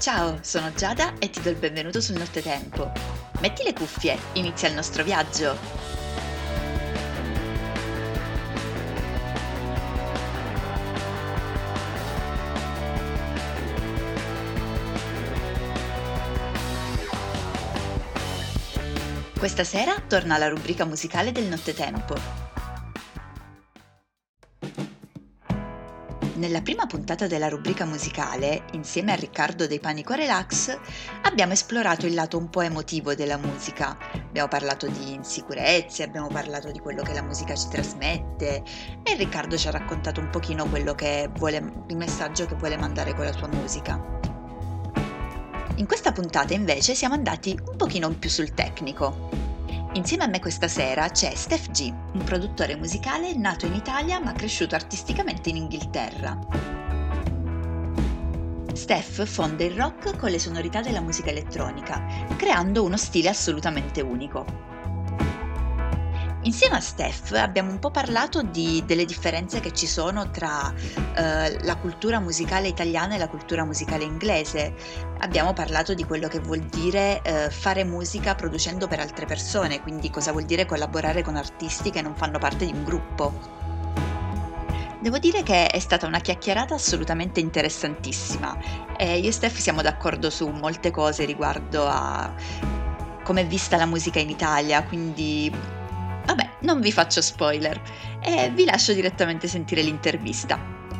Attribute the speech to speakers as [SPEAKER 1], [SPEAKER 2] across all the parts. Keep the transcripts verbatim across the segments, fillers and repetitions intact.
[SPEAKER 1] Ciao, sono Giada e ti do il benvenuto sul Nottetempo. Metti le cuffie, inizia il nostro viaggio. Questa sera torna la rubrica musicale del Nottetempo. Nella prima puntata della rubrica musicale, insieme a Riccardo dei Panico Relax, abbiamo esplorato il lato un po' emotivo della musica. Abbiamo parlato di insicurezze, abbiamo parlato di quello che la musica ci trasmette e Riccardo ci ha raccontato un pochino quello che vuole, il messaggio che vuole mandare con la sua musica. In questa puntata invece siamo andati un pochino più sul tecnico. Insieme a me questa sera c'è Steph G, un produttore musicale nato in Italia ma cresciuto artisticamente in Inghilterra. Steph fonde il rock con le sonorità della musica elettronica, creando uno stile assolutamente unico. Insieme a Steph abbiamo un po' parlato di, delle differenze che ci sono tra eh, la cultura musicale italiana e la cultura musicale inglese. Abbiamo parlato di quello che vuol dire eh, fare musica producendo per altre persone, quindi cosa vuol dire collaborare con artisti che non fanno parte di un gruppo. Devo dire che è stata una chiacchierata assolutamente interessantissima e io e Steph siamo d'accordo su molte cose riguardo a come è vista la musica in Italia, quindi vabbè, non vi faccio spoiler e vi lascio direttamente sentire l'intervista.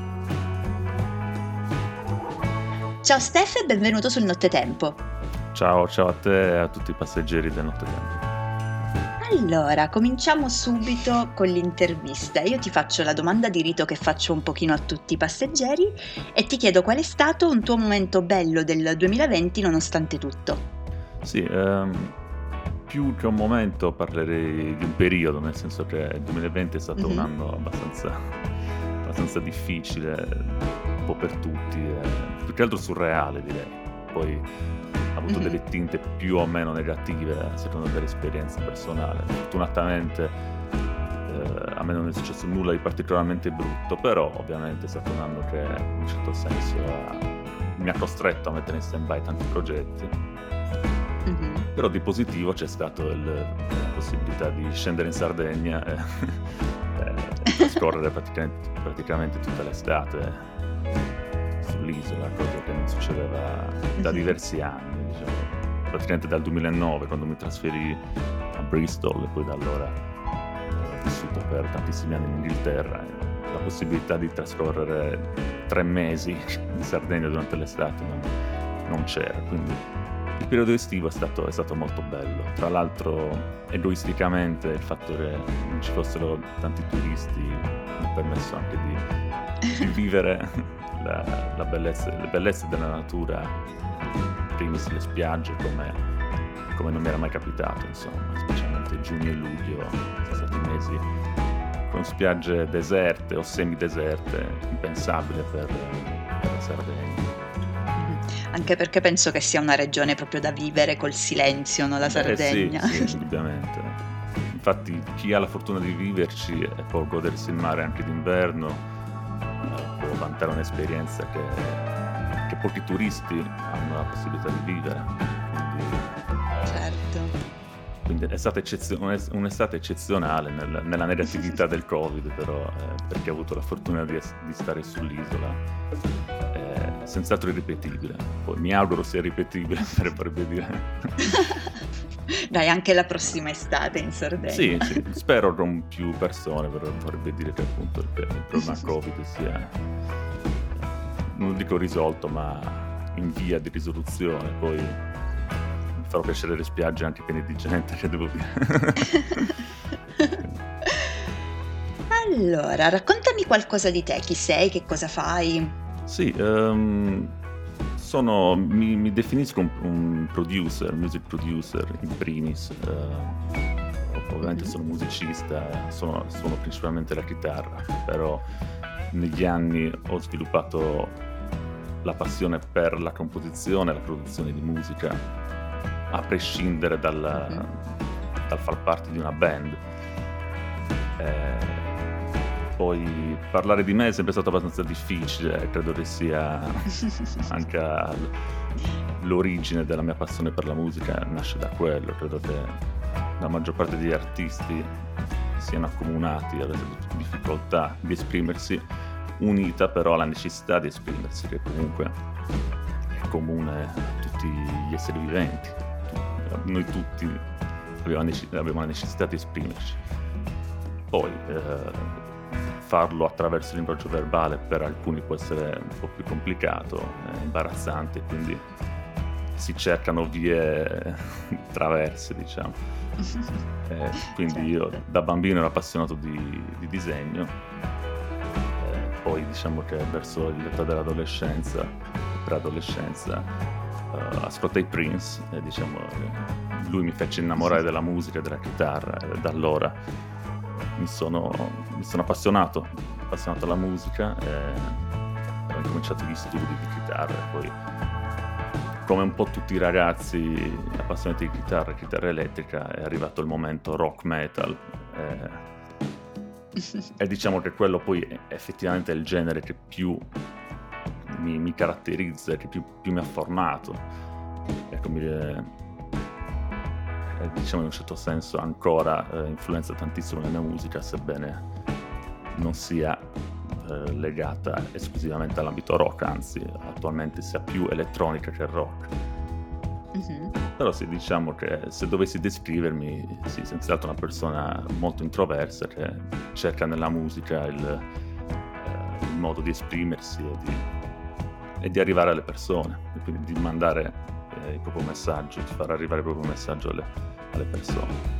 [SPEAKER 1] Ciao Steph e benvenuto sul Nottetempo.
[SPEAKER 2] Ciao, ciao a te e a tutti i passeggeri del Nottetempo.
[SPEAKER 1] Allora, cominciamo subito con l'intervista. Io ti faccio la domanda di rito che faccio un pochino a tutti i passeggeri e ti chiedo qual è stato un tuo momento bello del duemilaventi nonostante tutto.
[SPEAKER 2] Sì, ehm, più che un momento parlerei di un periodo, nel senso che il duemilaventi è stato
[SPEAKER 1] Mhm.
[SPEAKER 2] un anno abbastanza, abbastanza difficile, un po' per tutti, eh, più che altro surreale direi. Poi ha avuto
[SPEAKER 1] Mhm.
[SPEAKER 2] delle tinte più o meno negative secondo dell'esperienza personale. Fortunatamente eh, a me non è successo nulla di particolarmente brutto, però ovviamente è stato un anno che in un certo senso ha- mi ha costretto a mettere in stand-by tanti progetti.
[SPEAKER 1] Mhm.
[SPEAKER 2] Però di positivo c'è stata la possibilità di scendere in Sardegna e e trascorrere praticamente, praticamente tutta l'estate sull'isola, cosa che non succedeva da
[SPEAKER 1] Mhm.
[SPEAKER 2] diversi anni, diciamo. Praticamente dal duemilanove, quando mi trasferì a Bristol, e poi da allora ho vissuto per tantissimi anni in Inghilterra. e La possibilità di trascorrere tre mesi in Sardegna durante l'estate non, non c'era, quindi il periodo estivo è stato, è stato molto bello. Tra l'altro, egoisticamente, il fatto che non ci fossero tanti turisti mi ha permesso anche di, di vivere la, la bellezza, le bellezze della natura, primis le spiagge, come, come non mi era mai capitato, insomma, specialmente giugno e luglio, sono stati mesi con spiagge deserte o semideserte, impensabile per, per la Sardegna.
[SPEAKER 1] Anche perché penso che sia una regione proprio da vivere col silenzio, no? La
[SPEAKER 2] Eh sì,
[SPEAKER 1] Sardegna.
[SPEAKER 2] sì, indubbiamente. Infatti chi ha la fortuna di viverci e può godersi il mare anche d'inverno eh, può vantare un'esperienza che, che pochi turisti hanno la possibilità di vivere. Quindi,
[SPEAKER 1] Certo.
[SPEAKER 2] quindi è stata eccezio- un'es- un'estate eccezionale nel- nella negatività del Covid, però eh, perché ho avuto la fortuna di, es- di stare sull'isola. È senz'altro irripetibile. Poi mi auguro sia ripetibile, vorrebbe dire.
[SPEAKER 1] Dai, anche la prossima estate in Sardegna.
[SPEAKER 2] Sì, sì, spero con più persone, però vorrebbe dire che appunto il, il problema Covid sia, non dico risolto, ma in via di risoluzione. Poi mi farò piacere le spiagge anche piene di gente, che devo dire.
[SPEAKER 1] Allora, raccontami qualcosa di te, chi sei, che cosa fai?
[SPEAKER 2] Sì, ehm, sono, mi, mi definisco un, un producer, music producer in primis. eh, ovviamente
[SPEAKER 1] Mhm.
[SPEAKER 2] sono musicista, sono, suono principalmente la chitarra, però negli anni ho sviluppato la passione per la composizione e la produzione di musica, a prescindere dal,
[SPEAKER 1] Mhm.
[SPEAKER 2] dal far parte di una band. Eh, Poi parlare di me è sempre stato abbastanza difficile, credo che sia anche al- l'origine della mia passione per la musica nasce da quello, credo che la maggior parte degli artisti siano accomunati alla difficoltà di esprimersi, unita però alla necessità di esprimersi, che comunque è comune a tutti gli esseri viventi. Noi tutti abbiamo, nece- abbiamo la necessità di esprimerci. Poi eh, farlo attraverso il linguaggio verbale per alcuni può essere un po' più complicato, eh, imbarazzante, quindi si cercano vie traverse, diciamo. Eh, quindi io
[SPEAKER 1] Certo.
[SPEAKER 2] da bambino ero appassionato di, di disegno, eh, poi diciamo che verso l'età dell'adolescenza, preadolescenza, eh, ascoltai Prince e diciamo eh, lui mi fece innamorare della musica e della chitarra e da allora mi sono, mi sono appassionato, appassionato alla musica e ho incominciato gli studi di chitarra e poi, come un po' tutti i ragazzi appassionati di chitarra e chitarra elettrica, è arrivato il momento rock metal e, e diciamo che quello poi è effettivamente il genere che più mi, mi caratterizza, che più, più mi ha formato. Ecco, mi, eh, diciamo in un certo senso ancora eh, influenza tantissimo la mia musica, sebbene non sia eh, legata esclusivamente all'ambito rock, anzi attualmente sia più elettronica che rock.
[SPEAKER 1] Mhm.
[SPEAKER 2] Però sì, diciamo che se dovessi descrivermi, sì, senz'altro una persona molto introversa che cerca nella musica il, eh, il modo di esprimersi e di, e di arrivare alle persone, e quindi di mandare eh, il proprio messaggio, di far arrivare il proprio messaggio alle, alle persone.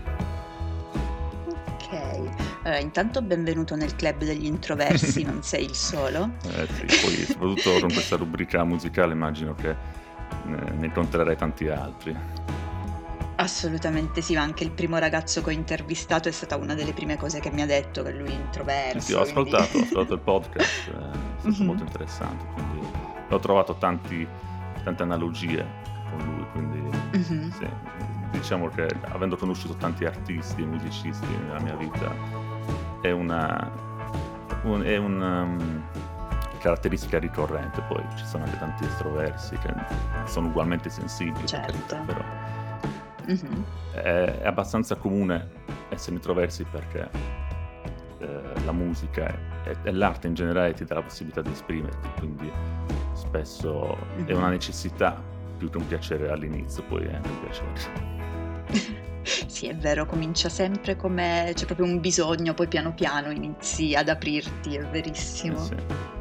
[SPEAKER 1] Ok, allora intanto benvenuto nel club degli introversi, non sei il solo.
[SPEAKER 2] Eh sì, poi soprattutto con questa rubrica musicale immagino che ne, ne incontrerei tanti altri.
[SPEAKER 1] Assolutamente sì, ma anche il primo ragazzo che ho intervistato è stata una delle prime cose che mi ha detto, che lui è
[SPEAKER 2] Sì,
[SPEAKER 1] introverso.
[SPEAKER 2] sì, ho
[SPEAKER 1] quindi-
[SPEAKER 2] ascoltato, ho ascoltato il podcast, eh, è stato
[SPEAKER 1] Mhm.
[SPEAKER 2] molto interessante, quindi ho trovato tanti, tante analogie con lui, quindi
[SPEAKER 1] Mhm.
[SPEAKER 2] sì, diciamo che avendo conosciuto tanti artisti e musicisti nella mia vita è una, un- è una um, caratteristica ricorrente. Poi ci sono anche tanti estroversi che sono ugualmente sensibili, per
[SPEAKER 1] Certo.
[SPEAKER 2] carità, però
[SPEAKER 1] Mhm.
[SPEAKER 2] è, è abbastanza comune essere introversi perché eh, la musica e, e l'arte in generale ti dà la possibilità di esprimerti, quindi spesso è
[SPEAKER 1] Mhm.
[SPEAKER 2] una necessità più che un piacere all'inizio, poi è anche un piacere.
[SPEAKER 1] Sì, è vero, comincia sempre come c'è proprio un bisogno, poi piano piano inizi ad aprirti, è
[SPEAKER 2] Eh
[SPEAKER 1] verissimo.
[SPEAKER 2] sì.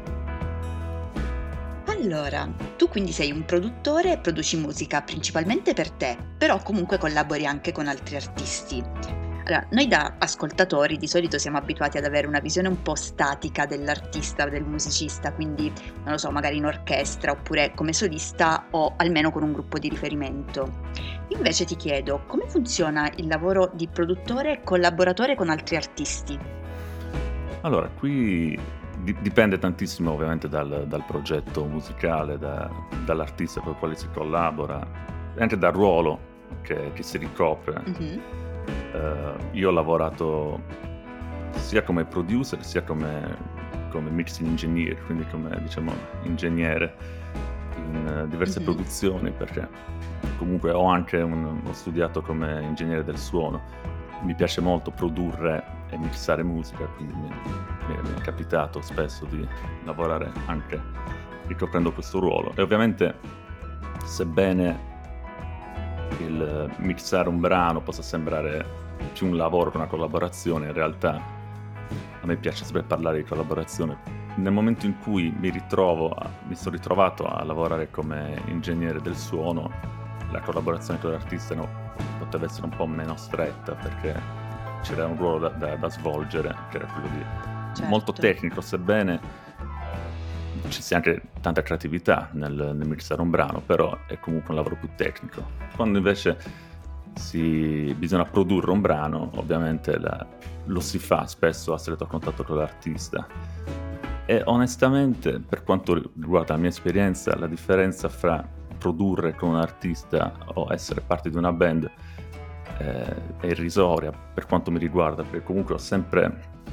[SPEAKER 1] Allora, tu quindi sei un produttore e produci musica principalmente per te, però comunque collabori anche con altri artisti. Allora, noi da ascoltatori di solito siamo abituati ad avere una visione un po' statica dell'artista, del musicista, quindi non lo so, magari in orchestra oppure come solista o almeno con un gruppo di riferimento. Invece ti chiedo, come funziona il lavoro di produttore e collaboratore con altri artisti?
[SPEAKER 2] Allora, qui di- dipende tantissimo ovviamente dal, dal progetto musicale, da- dall'artista con il quale si collabora e anche dal ruolo che, che si ricopre.
[SPEAKER 1] Mhm.
[SPEAKER 2] Eh, io ho lavorato sia come producer sia come, come mixing engineer, quindi come diciamo ingegnere in eh, diverse
[SPEAKER 1] Mhm.
[SPEAKER 2] produzioni, perché comunque ho anche un- ho studiato come ingegnere del suono. Mi piace molto produrre e mixare musica, quindi mi, mi- mi è capitato spesso di lavorare anche ricoprendo questo ruolo. E ovviamente, sebbene il mixare un brano possa sembrare più un lavoro che una collaborazione, in realtà a me piace sempre parlare di collaborazione. Nel momento in cui mi ritrovo, a- mi sono ritrovato a lavorare come ingegnere del suono, la collaborazione con l'artista no, poteva essere un po' meno stretta perché c'era un ruolo da, da- da svolgere, che era quello di
[SPEAKER 1] Certo.
[SPEAKER 2] molto tecnico, sebbene ci sia anche tanta creatività nel, nel mixare un brano, però è comunque un lavoro più tecnico. Quando invece si, bisogna produrre un brano, ovviamente la- lo si fa spesso a stretto contatto con l'artista. E onestamente, per quanto riguarda la mia esperienza, la differenza fra produrre con un artista o essere parte di una band eh, è irrisoria per quanto mi riguarda, perché comunque ho sempre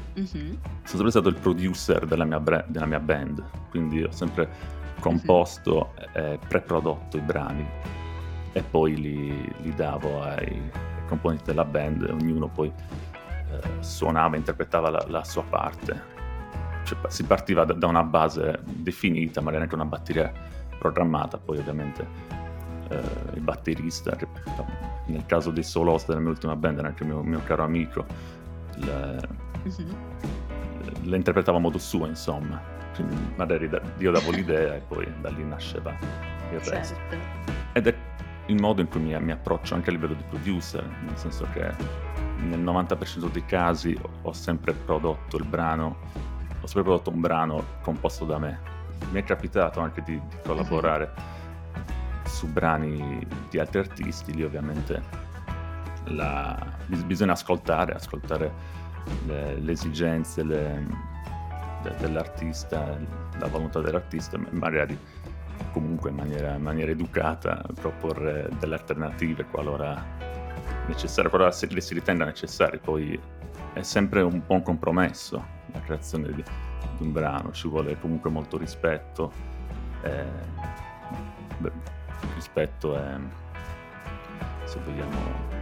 [SPEAKER 1] Mh-mh.
[SPEAKER 2] Sono sempre stato il producer della mia bra della mia band, quindi ho sempre
[SPEAKER 1] Mh-mh.
[SPEAKER 2] composto e pre-prodotto i brani e poi li li davo ai ai componenti della band e ognuno poi, ehm, suonava, interpretava la la sua parte. Cioè pa si partiva da da una base definita, magari anche una batteria programmata, poi ovviamente, ehm, il batterista che nel caso dei solo host della mia ultima band era anche un mio mio caro amico, il
[SPEAKER 1] Mh-mh.
[SPEAKER 2] le interpretava a modo suo insomma, quindi magari da io davo l'idea e poi da lì nasceva il resto.
[SPEAKER 1] Certo.
[SPEAKER 2] Ed è il modo in cui mi mi approccio anche a livello di producer, nel senso che nel novanta per cento dei casi ho ho sempre prodotto il brano ho sempre prodotto un brano composto da me. Mi è capitato anche di di
[SPEAKER 1] Mh-mh.
[SPEAKER 2] collaborare su brani di altri artisti, lì ovviamente la bis bisogna ascoltare, ascoltare le le esigenze, le de dell'artista, la volontà dell'artista, m magari comunque in maniera in maniera educata proporre delle alternative qualora necessario, qualora se le si ritenga necessarie. Poi è sempre un po' un compromesso la creazione di di un brano, ci vuole comunque molto rispetto, ehm, beh, rispetto e se vogliamo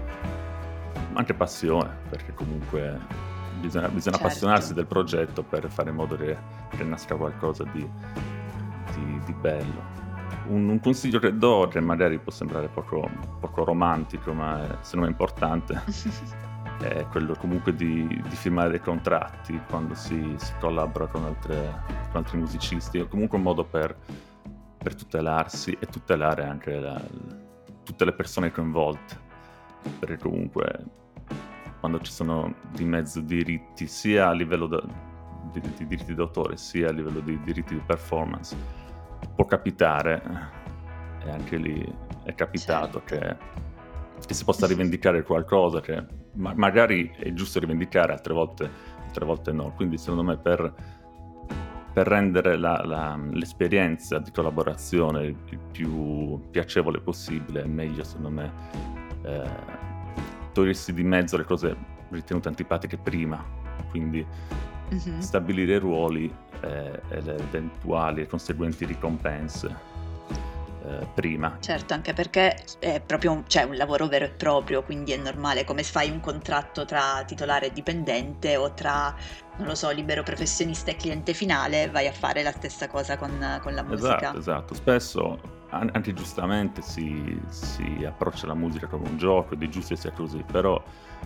[SPEAKER 2] anche passione, perché comunque bisogna bisogna appassionarsi
[SPEAKER 1] Certo.
[SPEAKER 2] del progetto per fare in modo che che nasca qualcosa di di di bello. Un un consiglio che do, che magari può sembrare poco poco romantico, ma è secondo me importante, è quello comunque di di firmare dei contratti quando si si collabora con altre con altri musicisti. È comunque un modo per per tutelarsi e tutelare anche la l tutte le persone coinvolte, perché comunque quando ci sono di mezzo diritti, sia a livello da di di diritti d'autore, sia a livello di diritti di performance, può capitare, e anche lì è capitato
[SPEAKER 1] Certo.
[SPEAKER 2] che che si possa rivendicare qualcosa che ma magari è giusto rivendicare, altre volte altre volte no. Quindi secondo me per per rendere la la l'esperienza di collaborazione il il più piacevole possibile, è meglio secondo me, ehm, togliersi di mezzo le cose ritenute antipatiche prima, quindi
[SPEAKER 1] Mh-mh.
[SPEAKER 2] stabilire i ruoli, e e le eventuali e conseguenti ricompense, ehm, prima.
[SPEAKER 1] Certo, anche perché s è proprio un cioè un lavoro vero e proprio, quindi è normale, come s fai un contratto tra titolare e dipendente o tra, non lo so, libero professionista e cliente finale, vai a fare la stessa cosa con con la
[SPEAKER 2] Esatto,
[SPEAKER 1] musica.
[SPEAKER 2] esatto. Spesso an anche giustamente si si approccia la musica come un gioco ed è giusto che sia così, però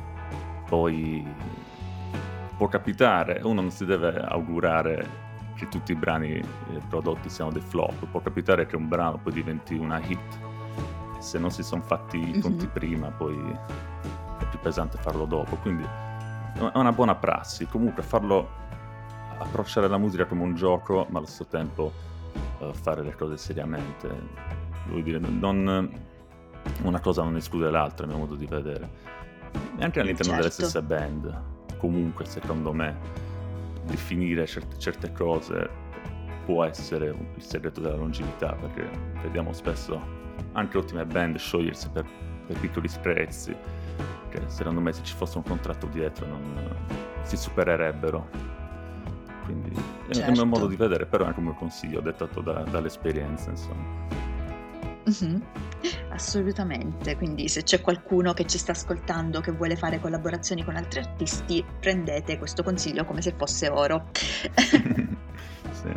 [SPEAKER 2] poi può capitare, uno non si deve augurare che tutti i brani, ehm, prodotti siano dei flop, può capitare che un brano poi diventi una hit. Se non si son fatti i conti
[SPEAKER 1] Mh-mh.
[SPEAKER 2] prima poi è più pesante farlo dopo, quindi è è una buona prassi. Comunque farlo approcciare la musica come un gioco, ma allo stesso tempo, uhm, fare le cose seriamente. Voglio dire, n non una cosa non esclude l'altra a mio modo di vedere. E anche all'interno delle
[SPEAKER 1] Certo.
[SPEAKER 2] stesse band. Comunque secondo me definire certe certe cose può essere un il segreto della longevità, perché vediamo spesso anche ottime band sciogliersi per per piccoli screzi, che secondo me se ci fosse un contratto dietro non si supererebbero. Quindi è è il mio modo
[SPEAKER 1] Certo.
[SPEAKER 2] di vedere, però è anche un mio consiglio dettato da dall'esperienza insomma.
[SPEAKER 1] Mh-mh. Assolutamente. Quindi se c'è qualcuno che ci sta ascoltando, che vuole fare collaborazioni con altri artisti, prendete questo consiglio come se fosse oro.
[SPEAKER 2] Sì.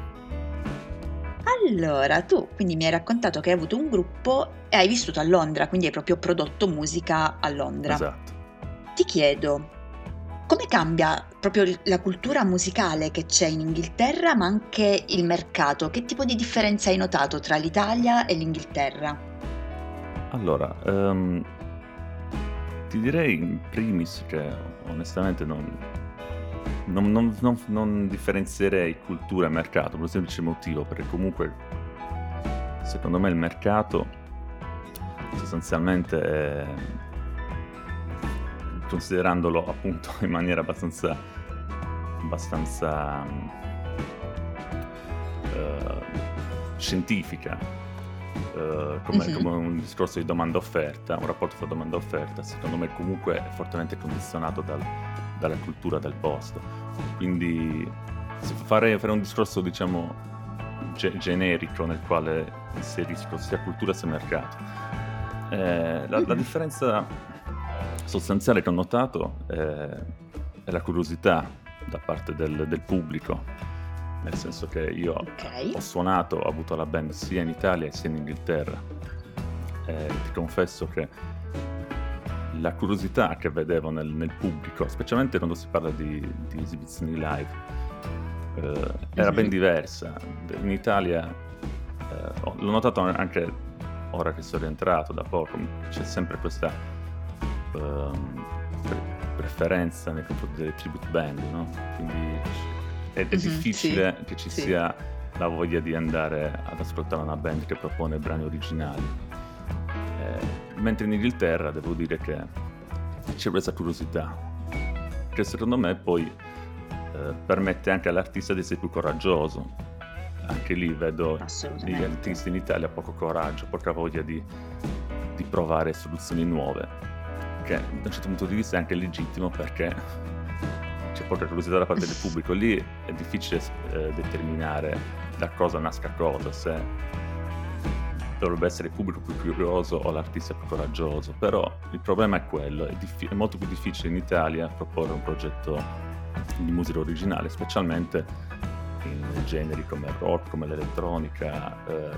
[SPEAKER 1] Allora, tu quindi mi hai raccontato che hai avuto un gruppo e hai vissuto a Londra, quindi hai proprio prodotto musica a Londra.
[SPEAKER 2] Esatto.
[SPEAKER 1] Ti chiedo, come cambia proprio il la cultura musicale che c'è in Inghilterra, ma anche il mercato? Che tipo di differenza hai notato tra l'Italia e l'Inghilterra?
[SPEAKER 2] Allora, ehm, ti direi in primis che onestamente non non non non f non differenzierei cultura e mercato per un semplice motivo, perché comunque secondo me il mercato sostanzialmente è considerandolo appunto in maniera abbastanza abbastanza, mhmm, uhm, scientifica, uhm, come
[SPEAKER 1] Mh-mh.
[SPEAKER 2] come un discorso di domanda offerta, un rapporto fra domanda e offerta, secondo me comunque è fortemente condizionato dal dalla cultura del posto. Quindi fare, fare un discorso, diciamo, ge- generico nel quale inserisco sia cultura sia mercato. Eh, la, la
[SPEAKER 1] Mhm.
[SPEAKER 2] differenza sostanziale che ho notato eh, è la curiosità da parte del, del pubblico, nel senso che io
[SPEAKER 1] Ok.
[SPEAKER 2] ho suonato, ho avuto la band sia in Italia sia in Inghilterra. Eh, ti confesso che la curiosità che vedevo nel, nel pubblico, specialmente quando si parla di, di esibizioni live, eh, era ben
[SPEAKER 1] Mhm.
[SPEAKER 2] diversa. In Italia, eh, ho- l'ho notato anche ora che sono rientrato da poco, c'è sempre questa ehm, pre- preferenza nei confronti delle tribute band, no? Quindi è, è
[SPEAKER 1] Mhm. Sì,
[SPEAKER 2] difficile che ci
[SPEAKER 1] sì.
[SPEAKER 2] sia la voglia di andare ad ascoltare una band che propone brani originali. Eh, mentre in Inghilterra devo dire che c'è questa curiosità, che secondo me poi eh, permette anche all'artista di essere più coraggioso. Anche lì vedo gli
[SPEAKER 1] Assolutamente.
[SPEAKER 2] artisti in Italia poco coraggio, poca voglia di, di provare soluzioni nuove, che da un certo punto di vista è anche legittimo perché c'è poca curiosità da parte del pubblico. Lì è difficile eh, determinare da cosa nasca cosa, se dovrebbe essere il pubblico più curioso o l'artista più coraggioso, però il problema è quello, è, diffi- è molto più difficile in Italia proporre un progetto di musica originale, specialmente in generi come il rock, come l'elettronica. Eh,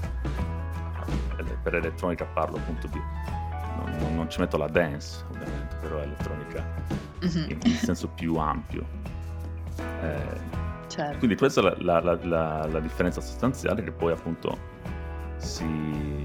[SPEAKER 2] per elettronica parlo appunto di... Non, non- non ci metto la dance, ovviamente, però elettronica
[SPEAKER 1] Mhm.
[SPEAKER 2] in, in senso più ampio. Eh,
[SPEAKER 1] Certo.
[SPEAKER 2] quindi questa è la, la- la- la differenza sostanziale, che poi appunto si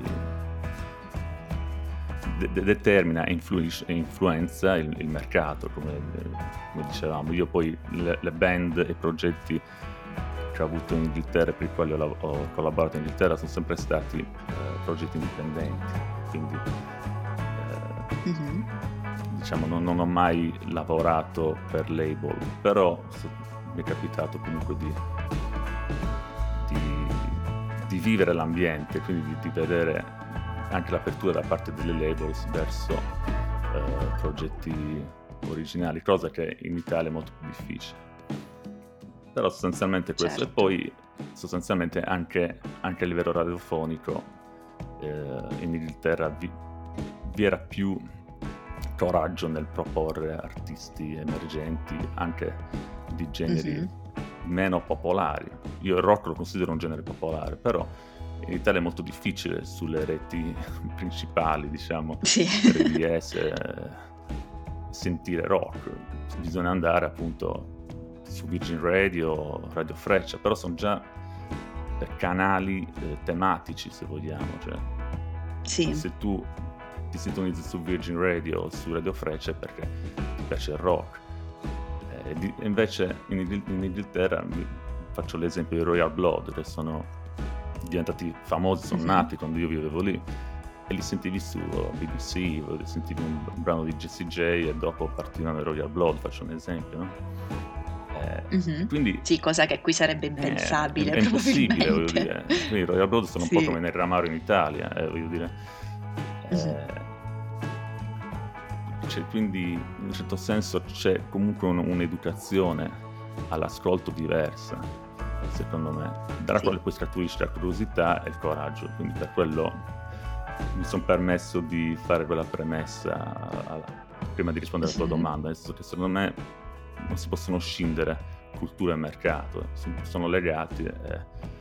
[SPEAKER 2] de- de- determina e influisce- e influenza il, il mercato, come, come dicevamo. Io poi le, le band e i progetti che ho avuto in Inghilterra e per i quali ho, lav- ho collaborato in Inghilterra sono sempre stati eh, progetti indipendenti, quindi eh,
[SPEAKER 1] Mhm.
[SPEAKER 2] diciamo non, non ho mai lavorato per label, però so- mi è capitato comunque di, di, di vivere l'ambiente, quindi di, di vedere anche l'apertura da parte delle labels verso eh, progetti originali, cosa che in Italia è molto più difficile. Però sostanzialmente questo.
[SPEAKER 1] Certo.
[SPEAKER 2] E poi sostanzialmente anche, anche a livello radiofonico eh, in Inghilterra vi, vi era più coraggio nel proporre artisti emergenti anche di generi
[SPEAKER 1] Mhm.
[SPEAKER 2] meno popolari. Io il rock lo considero un genere popolare, però in Italia è molto difficile sulle reti principali, diciamo,
[SPEAKER 1] Sì.
[SPEAKER 2] R D S, eh, sentire rock. Bisogna andare appunto su Virgin Radio, Radio Freccia, però sono già eh, canali eh, tematici, se vogliamo. Cioè,
[SPEAKER 1] Sì.
[SPEAKER 2] se tu ti sintonizzi su Virgin Radio o su Radio Freccia è perché ti piace il rock. Eh, di- invece in, Inghil- in Inghilterra vi- faccio l'esempio dei Royal Blood, che sono diventati famosi, sono
[SPEAKER 1] Mhm.
[SPEAKER 2] nati quando io vivevo lì, e li sentivi su B B C, sentivi un, un brano di Jessie J e dopo partivano i Royal Blood, faccio un esempio, no? Eh,
[SPEAKER 1] Mhm.
[SPEAKER 2] quindi
[SPEAKER 1] Sì, cosa che qui sarebbe
[SPEAKER 2] eh, è,
[SPEAKER 1] impensabile,
[SPEAKER 2] è impossibile, voglio
[SPEAKER 1] probabilmente.
[SPEAKER 2] dire. Quindi i Royal Blood sono un po'
[SPEAKER 1] Sì.
[SPEAKER 2] come nel Ramaro in Italia, eh, voglio dire.
[SPEAKER 1] Mhm.
[SPEAKER 2] Eh, c'è- quindi in un certo senso c'è comunque un- un'educazione all'ascolto diversa, secondo me, dalla
[SPEAKER 1] Sì.
[SPEAKER 2] quale poi scaturisce la curiosità e il coraggio. Quindi per quello mi sono permesso di fare quella premessa alla- prima di rispondere alla tua
[SPEAKER 1] Mhm.
[SPEAKER 2] domanda, nel senso che secondo me non si possono scindere cultura e mercato, son- sono legati e,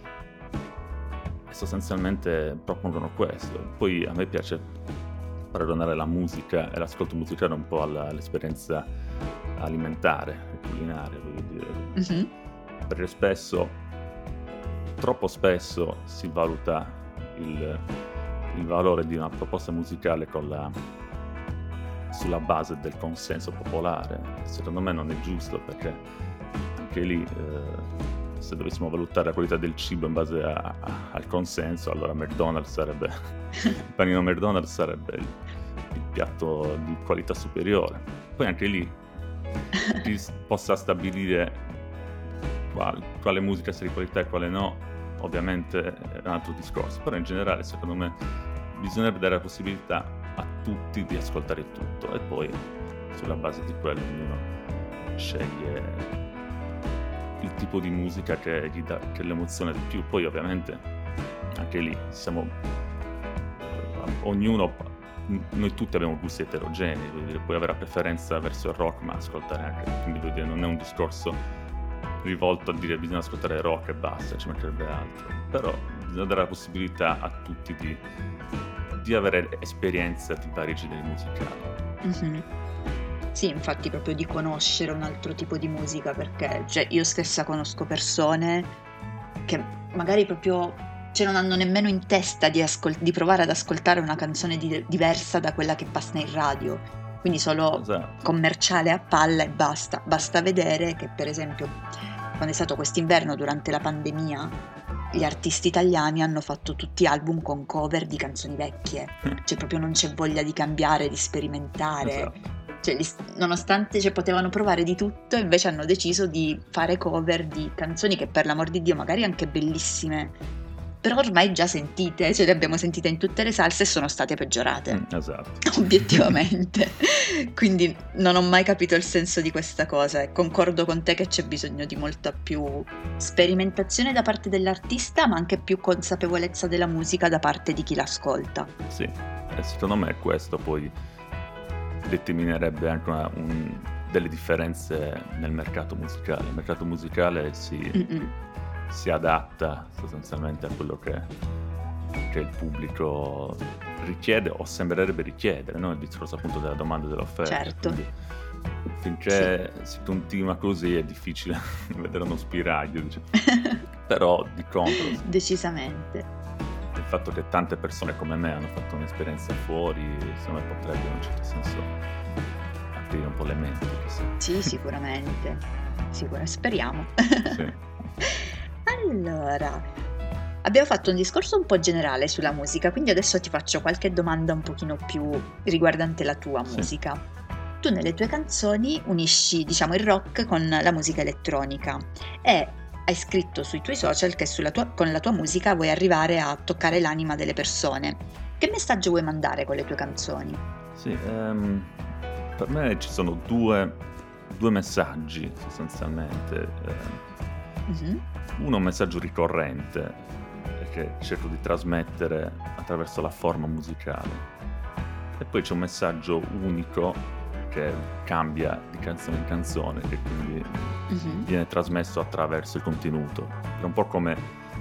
[SPEAKER 2] e sostanzialmente propongono questo. Poi a me piace paragonare la musica e l'ascolto musicale un po' alla- all'esperienza alimentare e culinaria, voglio dire,
[SPEAKER 1] Mhm.
[SPEAKER 2] perché spesso, troppo spesso si valuta il, il valore di una proposta musicale con la, sulla base del consenso popolare. Secondo me non è giusto, perché anche lì eh, se dovessimo valutare la qualità del cibo in base a- a- al consenso, allora McDonald's sarebbe il panino McDonald's sarebbe il, il piatto di qualità superiore. Poi anche lì chi s- possa stabilire qual- quale musica sia di qualità e quale no, ovviamente è un altro discorso, però in generale secondo me bisognerebbe dare la possibilità a tutti di ascoltare tutto e poi sulla base di quello ognuno sceglie il tipo di musica che gli dà che l'emoziona di più. Poi ovviamente anche lì siamo eh, ognuno noi tutti abbiamo gusti eterogenei, vuol dire, puoi avere la preferenza verso il rock, ma ascoltare anche, quindi vuol dire, non è un discorso rivolto a dire bisogna ascoltare rock e basta, ci mancherebbe altro, però bisogna dare la possibilità a tutti di, di avere esperienze di vari generi musicali.
[SPEAKER 1] Mhm. Sì, infatti proprio di conoscere un altro tipo di musica, perché cioè, io stessa conosco persone che magari proprio cioè, non hanno nemmeno in testa di, ascol- di provare ad ascoltare una canzone di- diversa da quella che passa in radio, quindi solo
[SPEAKER 2] Esatto.
[SPEAKER 1] commerciale a palla e basta. Basta vedere che per esempio quando è stato quest'inverno durante la pandemia gli artisti italiani hanno fatto tutti album con cover di canzoni vecchie, cioè proprio non c'è voglia di cambiare, di sperimentare.
[SPEAKER 2] Esatto.
[SPEAKER 1] Cioè, li- nonostante cioè, potevano provare di tutto, invece hanno deciso di fare cover di canzoni che per l'amor di Dio magari anche bellissime, però ormai già sentite, cioè le abbiamo sentite in tutte le salse e sono state peggiorate,
[SPEAKER 2] Mm, esatto.
[SPEAKER 1] obiettivamente. Quindi non ho mai capito il senso di questa cosa e concordo con te che c'è bisogno di molta più sperimentazione da parte dell'artista, ma anche più consapevolezza della musica da parte di chi l'ascolta.
[SPEAKER 2] Sì, e secondo me questo poi determinerebbe anche una- un- delle differenze nel mercato musicale. Il mercato musicale si,
[SPEAKER 1] Mm-mm.
[SPEAKER 2] si adatta sostanzialmente a quello che, che il pubblico richiede o sembrerebbe richiedere, no? Il discorso appunto della domanda e dell'offerta.
[SPEAKER 1] Certo.
[SPEAKER 2] Quindi finché si continua così è difficile vedere uno spiraglio, diciamo. Però di contro
[SPEAKER 1] Decisamente.
[SPEAKER 2] il fatto che tante persone come me hanno fatto un'esperienza fuori, secondo me potrebbe in un certo senso aprire un po' le menti, chissà.
[SPEAKER 1] Sì, sicuramente. Sicura- speriamo.
[SPEAKER 2] Sì.
[SPEAKER 1] Allora, abbiamo fatto un discorso un po' generale sulla musica, quindi adesso ti faccio qualche domanda un pochino più riguardante la tua
[SPEAKER 2] Sì.
[SPEAKER 1] musica. Tu nelle tue canzoni unisci, diciamo, il rock con la musica elettronica e hai scritto sui tuoi social che sulla tua- con la tua musica vuoi arrivare a toccare l'anima delle persone. Che messaggio vuoi mandare con le tue canzoni?
[SPEAKER 2] Sì, ehm, per me ci sono due, due messaggi sostanzialmente. ehm,
[SPEAKER 1] Mhm.
[SPEAKER 2] Uno è un messaggio ricorrente eh, che cerco di trasmettere attraverso la forma musicale, e poi c'è un messaggio unico che cambia di canzone in canzone, che quindi
[SPEAKER 1] Mhm.
[SPEAKER 2] viene trasmesso attraverso il contenuto. È un po' come,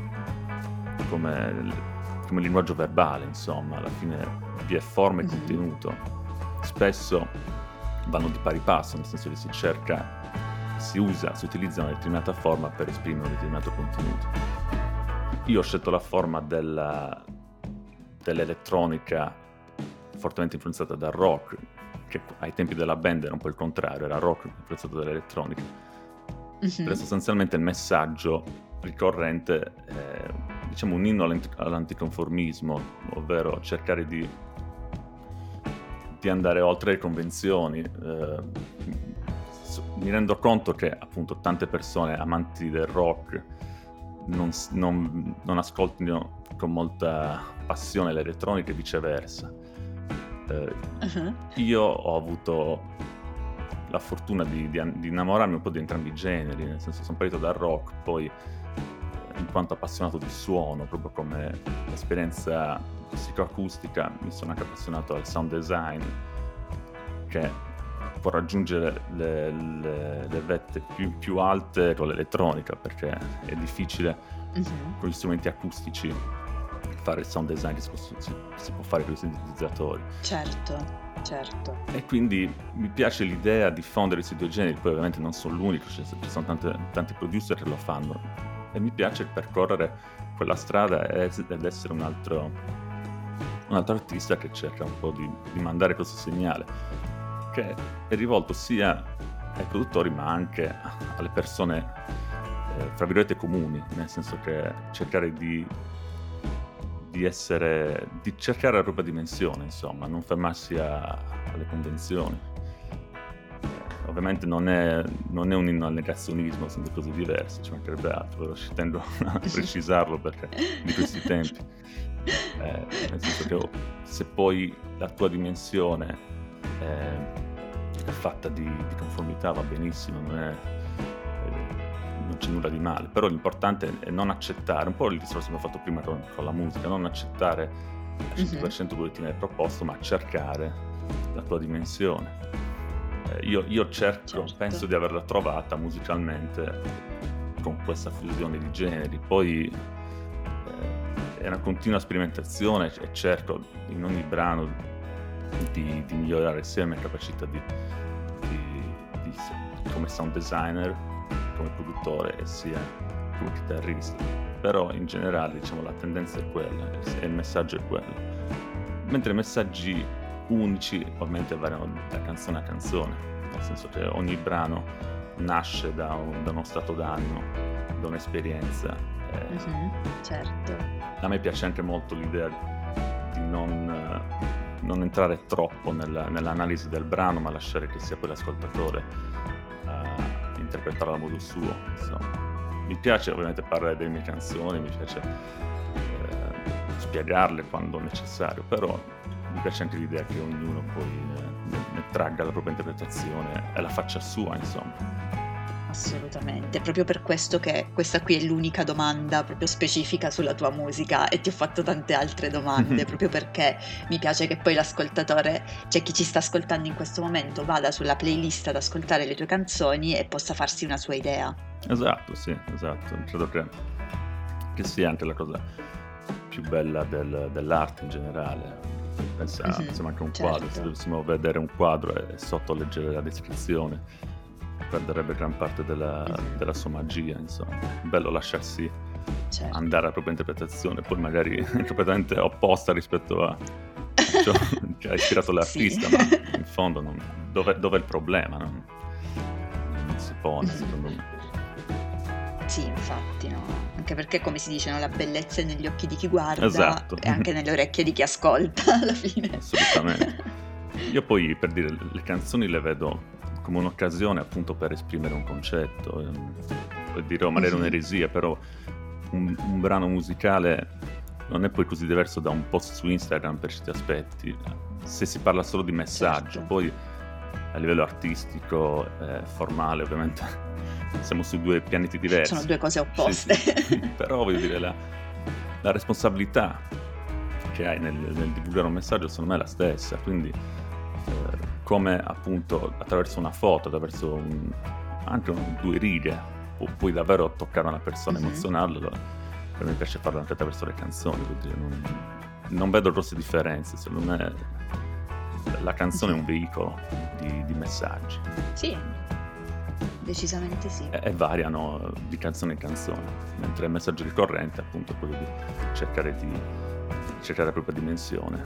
[SPEAKER 2] come, il- come il linguaggio verbale, insomma, alla fine vi è forma e
[SPEAKER 1] Mhm.
[SPEAKER 2] contenuto. Spesso vanno di pari passo, nel senso che si cerca, si usa, si utilizza una determinata forma per esprimere un determinato contenuto. Io ho scelto la forma della, dell'elettronica fortemente influenzata dal rock, che ai tempi della band era un po' il contrario, era rock influenzato dall'elettronica.
[SPEAKER 1] Mhm.
[SPEAKER 2] Però sostanzialmente il messaggio ricorrente è, diciamo, un inno all'anti- all'anticonformismo, ovvero cercare di, di andare oltre le convenzioni. Eh, so- mi rendo conto che appunto tante persone amanti del rock non, s- non- non ascoltino con molta passione l'elettronica e viceversa. Eh,
[SPEAKER 1] Mhm.
[SPEAKER 2] io ho avuto la fortuna di, di, di innamorarmi un po' di entrambi i generi, nel senso sono partito dal rock, poi eh, in quanto appassionato di suono, proprio come esperienza psicoacustica, mi sono anche appassionato al sound design, che può raggiungere le, le- le vette più, più alte con l'elettronica, perché è difficile
[SPEAKER 1] Mhm.
[SPEAKER 2] con gli strumenti acustici fare il sound design che si, si- si può fare con i sintetizzatori.
[SPEAKER 1] Certo, certo.
[SPEAKER 2] E quindi mi piace l'idea di fondere questi due generi, poi ovviamente non sono l'unico, ci ci sono tante- tanti producer che lo fanno, e mi piace percorrere quella strada e- ed essere un altro, un altro artista che cerca un po' di, di mandare questo segnale, che è rivolto sia ai produttori ma anche alle persone, eh, fra virgolette, comuni, nel senso che cercare di di essere, di cercare la propria dimensione, insomma, non fermarsi a- alle convenzioni. Eh, ovviamente non è, non è un inno al negazionismo, sono due cose diverse, ci mancherebbe altro, però ci tengo a precisarlo perché di questi tempi. Eh, nel senso che se poi la tua dimensione è, musica fatta di, di conformità va benissimo, non è, non c'è nulla di male, però l'importante è non accettare, un po' il discorso che ho fatto prima con, con la musica, non accettare al cento per cento quello che ti viene proposto, ma cercare la tua dimensione. Eh, io, io cerco,
[SPEAKER 1] Certo.
[SPEAKER 2] penso di averla trovata musicalmente con questa fusione di generi, poi eh, è una continua sperimentazione e cerco in ogni brano di, di migliorare sia la mia capacità di, di, di, come sound designer, come produttore e sia come chitarrista, però in generale diciamo la tendenza è quella e il messaggio è quello, mentre i messaggi unici ovviamente variano da canzone a canzone, nel senso che ogni brano nasce da, un, da uno stato d'animo, da un'esperienza. eh,
[SPEAKER 1] Mhm, certo.
[SPEAKER 2] A me piace anche molto l'idea di non, eh, non entrare troppo nella, nell'analisi del brano, ma lasciare che sia poi l'ascoltatore a interpretarlo a modo suo, insomma. Mi piace ovviamente parlare delle mie canzoni, mi piace eh, spiegarle quando necessario, però mi piace anche l'idea che ognuno poi eh, ne, ne tragga la propria interpretazione e la faccia sua, insomma.
[SPEAKER 1] Assolutamente, proprio per questo che questa qui è l'unica domanda proprio specifica sulla tua musica e ti ho fatto tante altre domande, proprio perché mi piace che poi l'ascoltatore, cioè chi ci sta ascoltando in questo momento, vada sulla playlist ad ascoltare le tue canzoni e possa farsi una sua idea.
[SPEAKER 2] Esatto, sì, esatto. Credo che, che sia anche la cosa più bella del, dell'arte in generale. Pensa,
[SPEAKER 1] Mhm,
[SPEAKER 2] pensiamo anche a un
[SPEAKER 1] certo.
[SPEAKER 2] quadro, se dovessimo vedere un quadro e sotto leggere la descrizione perderebbe gran parte della,
[SPEAKER 1] Mhm.
[SPEAKER 2] della sua magia, insomma. Bello lasciarsi
[SPEAKER 1] Certo.
[SPEAKER 2] andare alla propria interpretazione, poi magari completamente opposta rispetto a ciò che ha ispirato l'artista,
[SPEAKER 1] Sì.
[SPEAKER 2] ma in fondo non, dove, dove è il problema? Non, non si pone,
[SPEAKER 1] Mhm.
[SPEAKER 2] secondo me.
[SPEAKER 1] Sì, infatti, no? Anche perché, come si dice, no? La bellezza è negli occhi di chi guarda
[SPEAKER 2] Esatto.
[SPEAKER 1] e anche nelle orecchie di chi ascolta, alla fine.
[SPEAKER 2] Assolutamente. Io poi, per dire, le canzoni le vedo come un'occasione appunto per esprimere un concetto, ehm, vuol dire, o magari
[SPEAKER 1] Mhm.
[SPEAKER 2] un'eresia, però un, un brano musicale non è poi così diverso da un post su Instagram per certi aspetti, se si parla solo di messaggio.
[SPEAKER 1] Certo.
[SPEAKER 2] Poi a livello artistico, eh, formale, ovviamente siamo su due pianeti diversi.
[SPEAKER 1] Sono due cose
[SPEAKER 2] Sì,
[SPEAKER 1] opposte.
[SPEAKER 2] sì. Però voglio dire, la, la responsabilità che hai nel, nel divulgare un messaggio secondo me è la stessa, quindi eh, come appunto attraverso una foto, attraverso un, anche un, due righe pu- puoi davvero toccare una persona,
[SPEAKER 1] Mhm.
[SPEAKER 2] emozionarla. Per me piace farlo anche attraverso le canzoni, vuol dire, non, non vedo grosse differenze, secondo me la canzone è un veicolo di, di messaggi
[SPEAKER 1] Sì, decisamente sì.
[SPEAKER 2] e, e variano di canzone in canzone, mentre il messaggio ricorrente appunto è quello di cercare di cercare la propria dimensione.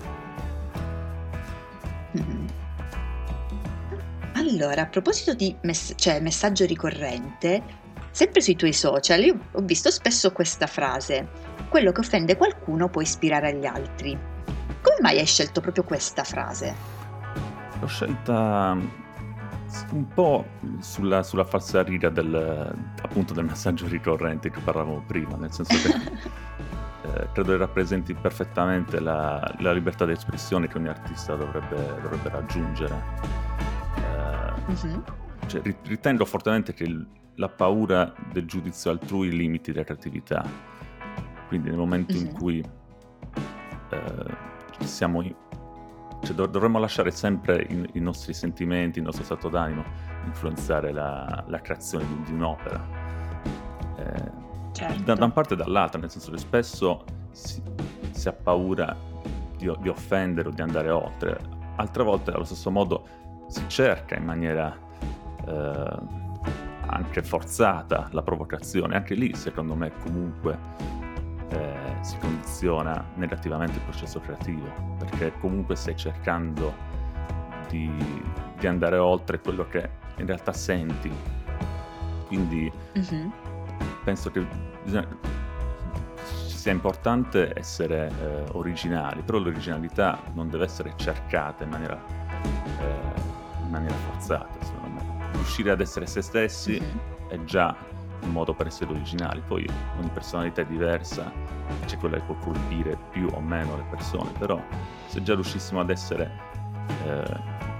[SPEAKER 1] Mhm. Allora, a proposito di mess- cioè, messaggio ricorrente, sempre sui tuoi social io ho visto spesso questa frase: quello che offende qualcuno può ispirare agli altri. Come mai hai scelto proprio questa frase?
[SPEAKER 2] L'ho scelta un po' sulla, sulla falsariga del, appunto del messaggio ricorrente che parlavamo prima, nel senso che eh, credo che rappresenti perfettamente la, la libertà di espressione che ogni artista dovrebbe, dovrebbe raggiungere. Eh,
[SPEAKER 1] Mhm.
[SPEAKER 2] cioè, ri- ritengo fortemente che il- la paura del giudizio altrui limiti la creatività. Quindi nel momento in
[SPEAKER 1] Mhm.
[SPEAKER 2] cui eh, siamo in- cioè, dov- dovremmo lasciare sempre i, i nostri sentimenti, il nostro stato d'animo influenzare la, la creazione di, di un'opera. Eh,
[SPEAKER 1] Certo.
[SPEAKER 2] da, da una parte e dall'altra, nel senso che spesso si, si ha paura di, di offendere o di andare oltre, altre volte allo stesso modo si cerca in maniera eh, anche forzata la provocazione. Anche lì secondo me comunque eh, si condiziona negativamente il processo creativo, perché comunque stai cercando di, di andare oltre quello che in realtà senti, quindi
[SPEAKER 1] Mhm.
[SPEAKER 2] penso che bisogna, sia importante essere eh, originali, però l'originalità non deve essere cercata in maniera, eh, in maniera forzata, secondo me. Riuscire ad essere se stessi
[SPEAKER 1] Mhm.
[SPEAKER 2] è già un modo per essere originali, poi ogni personalità è diversa, c'è quella che può colpire più o meno le persone, però se già riuscissimo ad essere eh,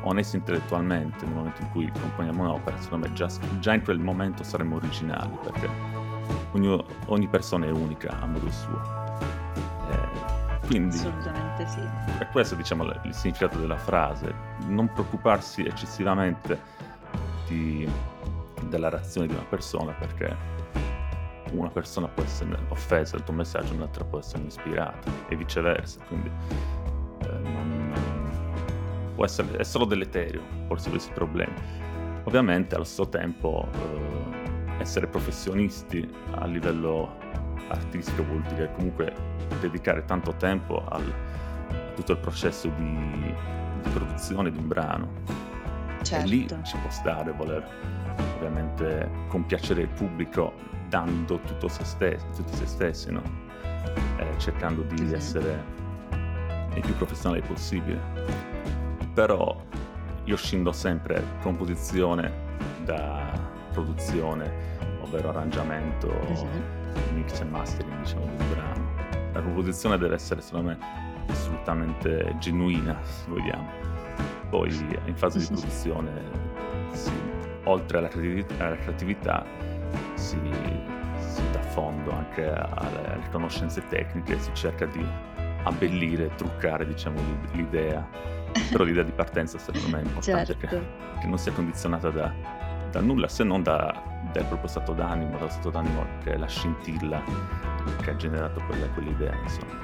[SPEAKER 2] onesti intellettualmente nel momento in cui componiamo un'opera, secondo me già, già in quel momento saremmo originali, perché ognuno, ogni persona è unica a modo suo. Eh, quindi
[SPEAKER 1] Assolutamente sì.
[SPEAKER 2] è questo, diciamo, il significato della frase: non preoccuparsi eccessivamente di, della reazione di una persona, perché una persona può essere offesa dal tuo messaggio, un'altra può essere ispirata, e viceversa. Quindi eh, non, può essere, è solo deleterio porsi questi problemi. Ovviamente allo stesso tempo eh, essere professionisti a livello artistico vuol dire comunque dedicare tanto tempo al, a tutto il processo di, di produzione di un brano.
[SPEAKER 1] Certo.
[SPEAKER 2] E lì ci può stare voler ovviamente compiacere il pubblico dando tutto se stessi, tutti se stessi, no? Eh, cercando di
[SPEAKER 1] Mhm.
[SPEAKER 2] essere il più professionale possibile. Però io scindo sempre composizione da produzione, ovvero arrangiamento,
[SPEAKER 1] Mhm.
[SPEAKER 2] mix e mastering, diciamo, di un brano. La composizione deve essere, secondo me, assolutamente genuina, se vogliamo. Poi in fase di produzione, sì, oltre alla creatività, alla creatività si, si dà fondo anche alle, alle conoscenze tecniche, si cerca di abbellire, truccare, diciamo, l'idea. Però l'idea di partenza, secondo me, è importante,
[SPEAKER 1] Certo.
[SPEAKER 2] che, che non sia condizionata da, da nulla, se non da, dal proprio stato d'animo, dallo stato d'animo che è la scintilla che ha generato quella, quell'idea, insomma.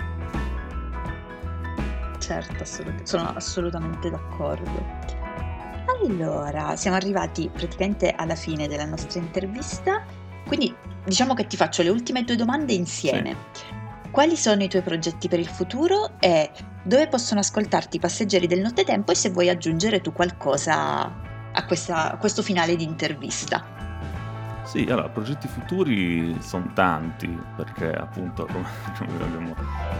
[SPEAKER 1] Certo, assolut- sono assolutamente d'accordo. Allora, siamo arrivati praticamente alla fine della nostra intervista, quindi diciamo che ti faccio le ultime due domande insieme. Quali sono i tuoi progetti per il futuro e dove possono ascoltarti i passeggeri del nottetempo, e se vuoi aggiungere tu qualcosa a, questa, a questo finale di intervista?
[SPEAKER 2] Sì, allora, progetti futuri sono tanti, perché appunto, come, come abbiamo,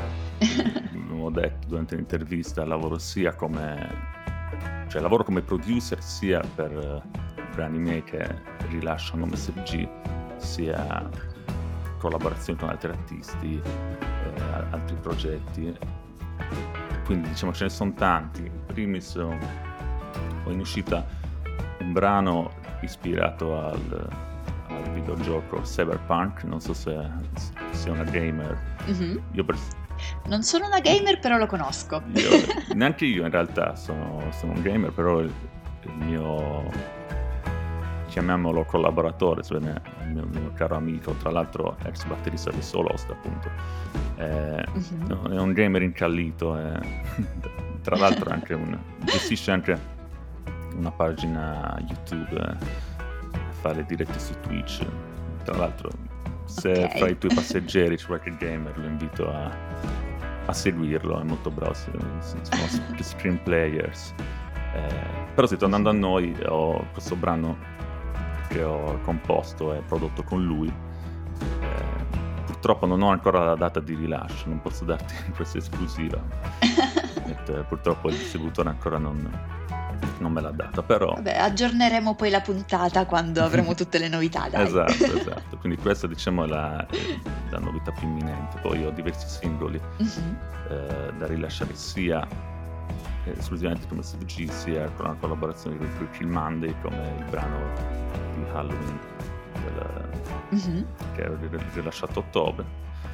[SPEAKER 2] abbiamo detto durante l'intervista, lavoro sia come, cioè lavoro come producer sia per uh, brani miei che rilascio a nome S F G, sia collaborazioni con altri artisti, eh, altri progetti. Quindi diciamo ce ne sono tanti. In primis ho in uscita un brano ispirato al, al videogioco Cyberpunk, non so se sia una gamer.
[SPEAKER 1] Mhm.
[SPEAKER 2] Io per,
[SPEAKER 1] Non sono una gamer, però lo conosco.
[SPEAKER 2] io, neanche io in realtà sono, sono un gamer, però il, il mio, chiamiamolo collaboratore, cioè il mio, il mio caro amico, tra l'altro ex batterista di Solost, appunto, eh,
[SPEAKER 1] Mhm.
[SPEAKER 2] è un gamer incallito, eh, tra l'altro anche un, gestisce anche una pagina YouTube, eh, fa le dirette su Twitch. Tra l'altro, se
[SPEAKER 1] Ok.
[SPEAKER 2] fra i tuoi passeggeri c'è qualche gamer, lo invito a, a seguirlo, è molto bravo, si- si- sono sc- screen players. Eh, però sì, tornando a noi, ho questo brano che ho composto e prodotto con lui. Eh, purtroppo non ho ancora la data di rilascio, non posso darti questa esclusiva. Et, eh, purtroppo il distributore ancora non, non me l'ha data, però
[SPEAKER 1] Vabbè, aggiorneremo poi la puntata quando avremo tutte le novità, dai.
[SPEAKER 2] esatto, esatto. Quindi questa, diciamo, è la, è la novità più imminente. Poi ho diversi singoli
[SPEAKER 1] Mhm.
[SPEAKER 2] eh, da rilasciare sia eh, esclusivamente come S V G, sia con una collaborazione con Kill Monday, come il brano di Halloween del,
[SPEAKER 1] Mhm.
[SPEAKER 2] che ho rilasciato a ottobre.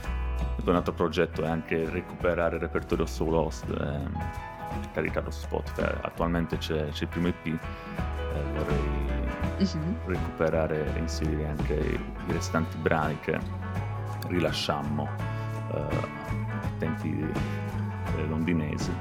[SPEAKER 2] E poi un altro progetto è anche recuperare il repertorio Soul Host, ehm, caricato su Spotify. Attualmente c'è, c'è il primo E P, eh, vorrei
[SPEAKER 1] Mhm.
[SPEAKER 2] recuperare e inserire anche i restanti brani che rilasciammo eh, a tempi eh, londinesi,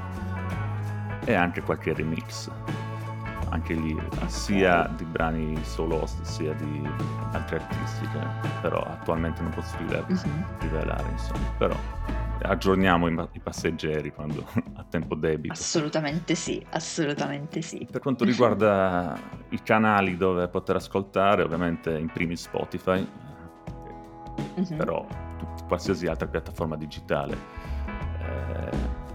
[SPEAKER 2] e anche qualche remix, anche lì sia di brani solo host sia di altri artisti che però attualmente non posso rivela-
[SPEAKER 1] Mhm.
[SPEAKER 2] rivelare, insomma. Però aggiorniamo i, ma- i passeggeri quando a tempo debito.
[SPEAKER 1] Assolutamente sì, assolutamente sì.
[SPEAKER 2] Per quanto riguarda i canali dove poter ascoltare, ovviamente in primis Spotify,
[SPEAKER 1] Mhm.
[SPEAKER 2] però tut- qualsiasi altra piattaforma digitale eh,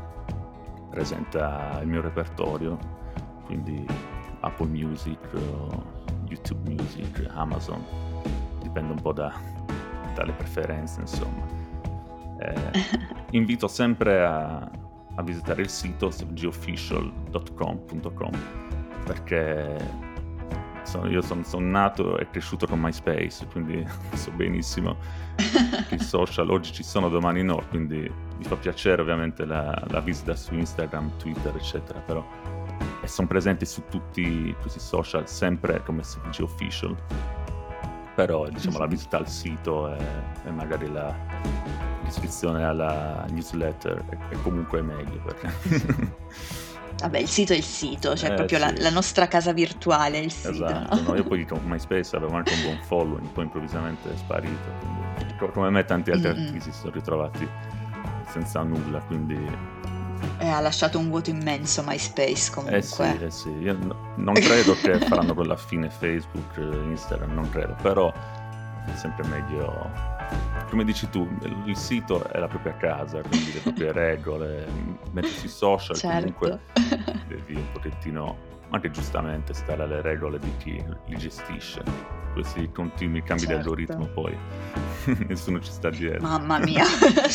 [SPEAKER 2] presenta il mio repertorio, quindi Apple Music, YouTube Music, Amazon, dipende un po' da, dalle preferenze, insomma. Eh, invito sempre a, a visitare il sito s f g official punto com punto com perché sono, io sono son nato e cresciuto con MySpace, quindi so benissimo che i social oggi ci sono, domani no, quindi mi fa piacere ovviamente la, la visita su Instagram, Twitter, eccetera, però e sono presenti su tutti questi social sempre come se dice official, però diciamo la visita al sito e, e magari la l'iscrizione alla newsletter è, è comunque meglio perché
[SPEAKER 1] Vabbè, il sito è il sito, cioè
[SPEAKER 2] eh,
[SPEAKER 1] proprio la,
[SPEAKER 2] sì.
[SPEAKER 1] la nostra casa virtuale è il sito,
[SPEAKER 2] Esatto,
[SPEAKER 1] no?
[SPEAKER 2] no, io poi con MySpace avevo anche un buon following, poi improvvisamente è sparito, quindi co- come me tanti altri
[SPEAKER 1] Mm-mm.
[SPEAKER 2] artisti si sono ritrovati senza nulla, quindi
[SPEAKER 1] E ha lasciato un vuoto immenso MySpace
[SPEAKER 2] eh sì,
[SPEAKER 1] comunque.
[SPEAKER 2] eh sì, io no- non credo che faranno con la fine Facebook, eh, Instagram, non credo, però è sempre meglio, come dici tu, il il sito è la propria casa, quindi le proprie regole, mentre sui social comunque
[SPEAKER 1] Certo.
[SPEAKER 2] devi un pochettino, anche giustamente, stare alle regole di chi li gestisce. Questi continui cambi di
[SPEAKER 1] Certo.
[SPEAKER 2] algoritmo poi nessuno ci sta dietro.
[SPEAKER 1] Mamma mia.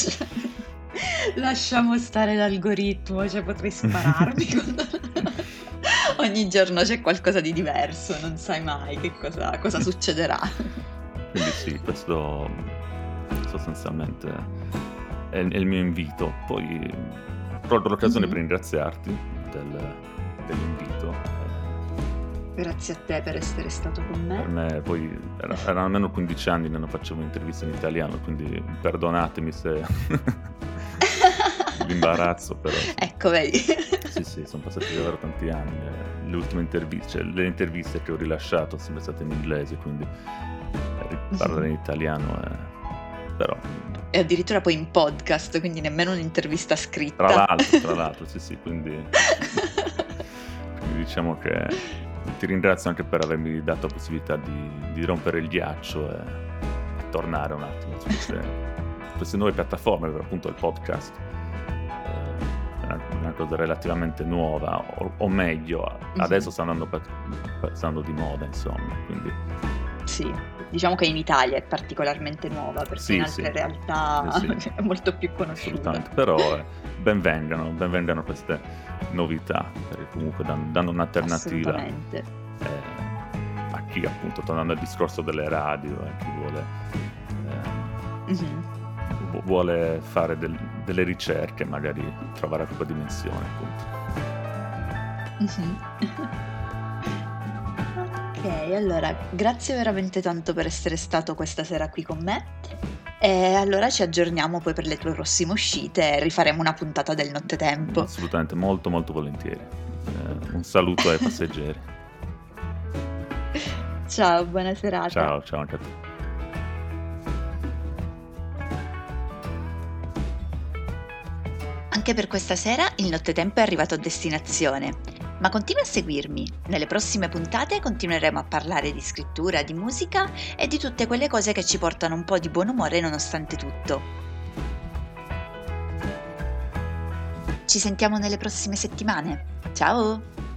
[SPEAKER 1] Lasciamo stare l'algoritmo, cioè potrei spararmi quando... Ogni giorno c'è qualcosa di diverso, non sai mai che cosa, cosa succederà.
[SPEAKER 2] Quindi sì, questo sostanzialmente è, è il mio invito. Poi colgo l'occasione
[SPEAKER 1] Mhm.
[SPEAKER 2] per ringraziarti del- dell'invito. Eh,
[SPEAKER 1] Grazie a te per essere stato con
[SPEAKER 2] Per
[SPEAKER 1] me.
[SPEAKER 2] me poi era- erano almeno quindici anni che non facevo interviste in italiano, quindi perdonatemi se l'imbarazzo, però sì.
[SPEAKER 1] Ecco, vedi.
[SPEAKER 2] Sì, sì, sono passati davvero tanti anni. eh, Le ultime interviste, cioè le interviste che ho rilasciato sono sempre state in inglese, quindi eh, parlare in italiano è... però
[SPEAKER 1] E addirittura poi in podcast, quindi nemmeno un'intervista
[SPEAKER 2] tra
[SPEAKER 1] scritta.
[SPEAKER 2] l'altro, tra l'altro, sì, sì, quindi, quindi diciamo che ti ringrazio anche per avermi dato la possibilità di, di rompere il ghiaccio e, e tornare un attimo su queste, queste nuove piattaforme, per appunto il podcast. Eh, È una, una cosa relativamente nuova, o, o meglio, adesso sta andando, per- sta andando di moda, insomma, quindi
[SPEAKER 1] Sì, diciamo che in Italia è particolarmente nuova, perché
[SPEAKER 2] Sì,
[SPEAKER 1] in
[SPEAKER 2] sì.
[SPEAKER 1] altre realtà
[SPEAKER 2] Sì, sì.
[SPEAKER 1] è molto più conosciuta.
[SPEAKER 2] assolutamente, però eh, benvengano, benvengano queste novità, perché comunque dan- danno un'alternativa
[SPEAKER 1] Assolutamente.
[SPEAKER 2] eh, a chi appunto, tornando al discorso delle radio, a chi vuole, eh,
[SPEAKER 1] Mhm.
[SPEAKER 2] vu- vuole fare del- delle ricerche, magari trovare la propria dimensione, appunto.
[SPEAKER 1] Mhm. Ok, allora grazie veramente tanto per essere stato questa sera qui con me. E allora ci aggiorniamo poi per le tue prossime uscite e rifaremo una puntata del nottetempo.
[SPEAKER 2] Assolutamente, molto molto volentieri. Eh, un saluto ai passeggeri.
[SPEAKER 1] Ciao, buona serata.
[SPEAKER 2] Ciao, ciao anche a te.
[SPEAKER 1] Anche per questa sera il nottetempo è arrivato a destinazione. Ma continua a seguirmi. Nelle prossime puntate continueremo a parlare di scrittura, di musica e di tutte quelle cose che ci portano un po' di buon umore nonostante tutto. Ci sentiamo nelle prossime settimane. Ciao!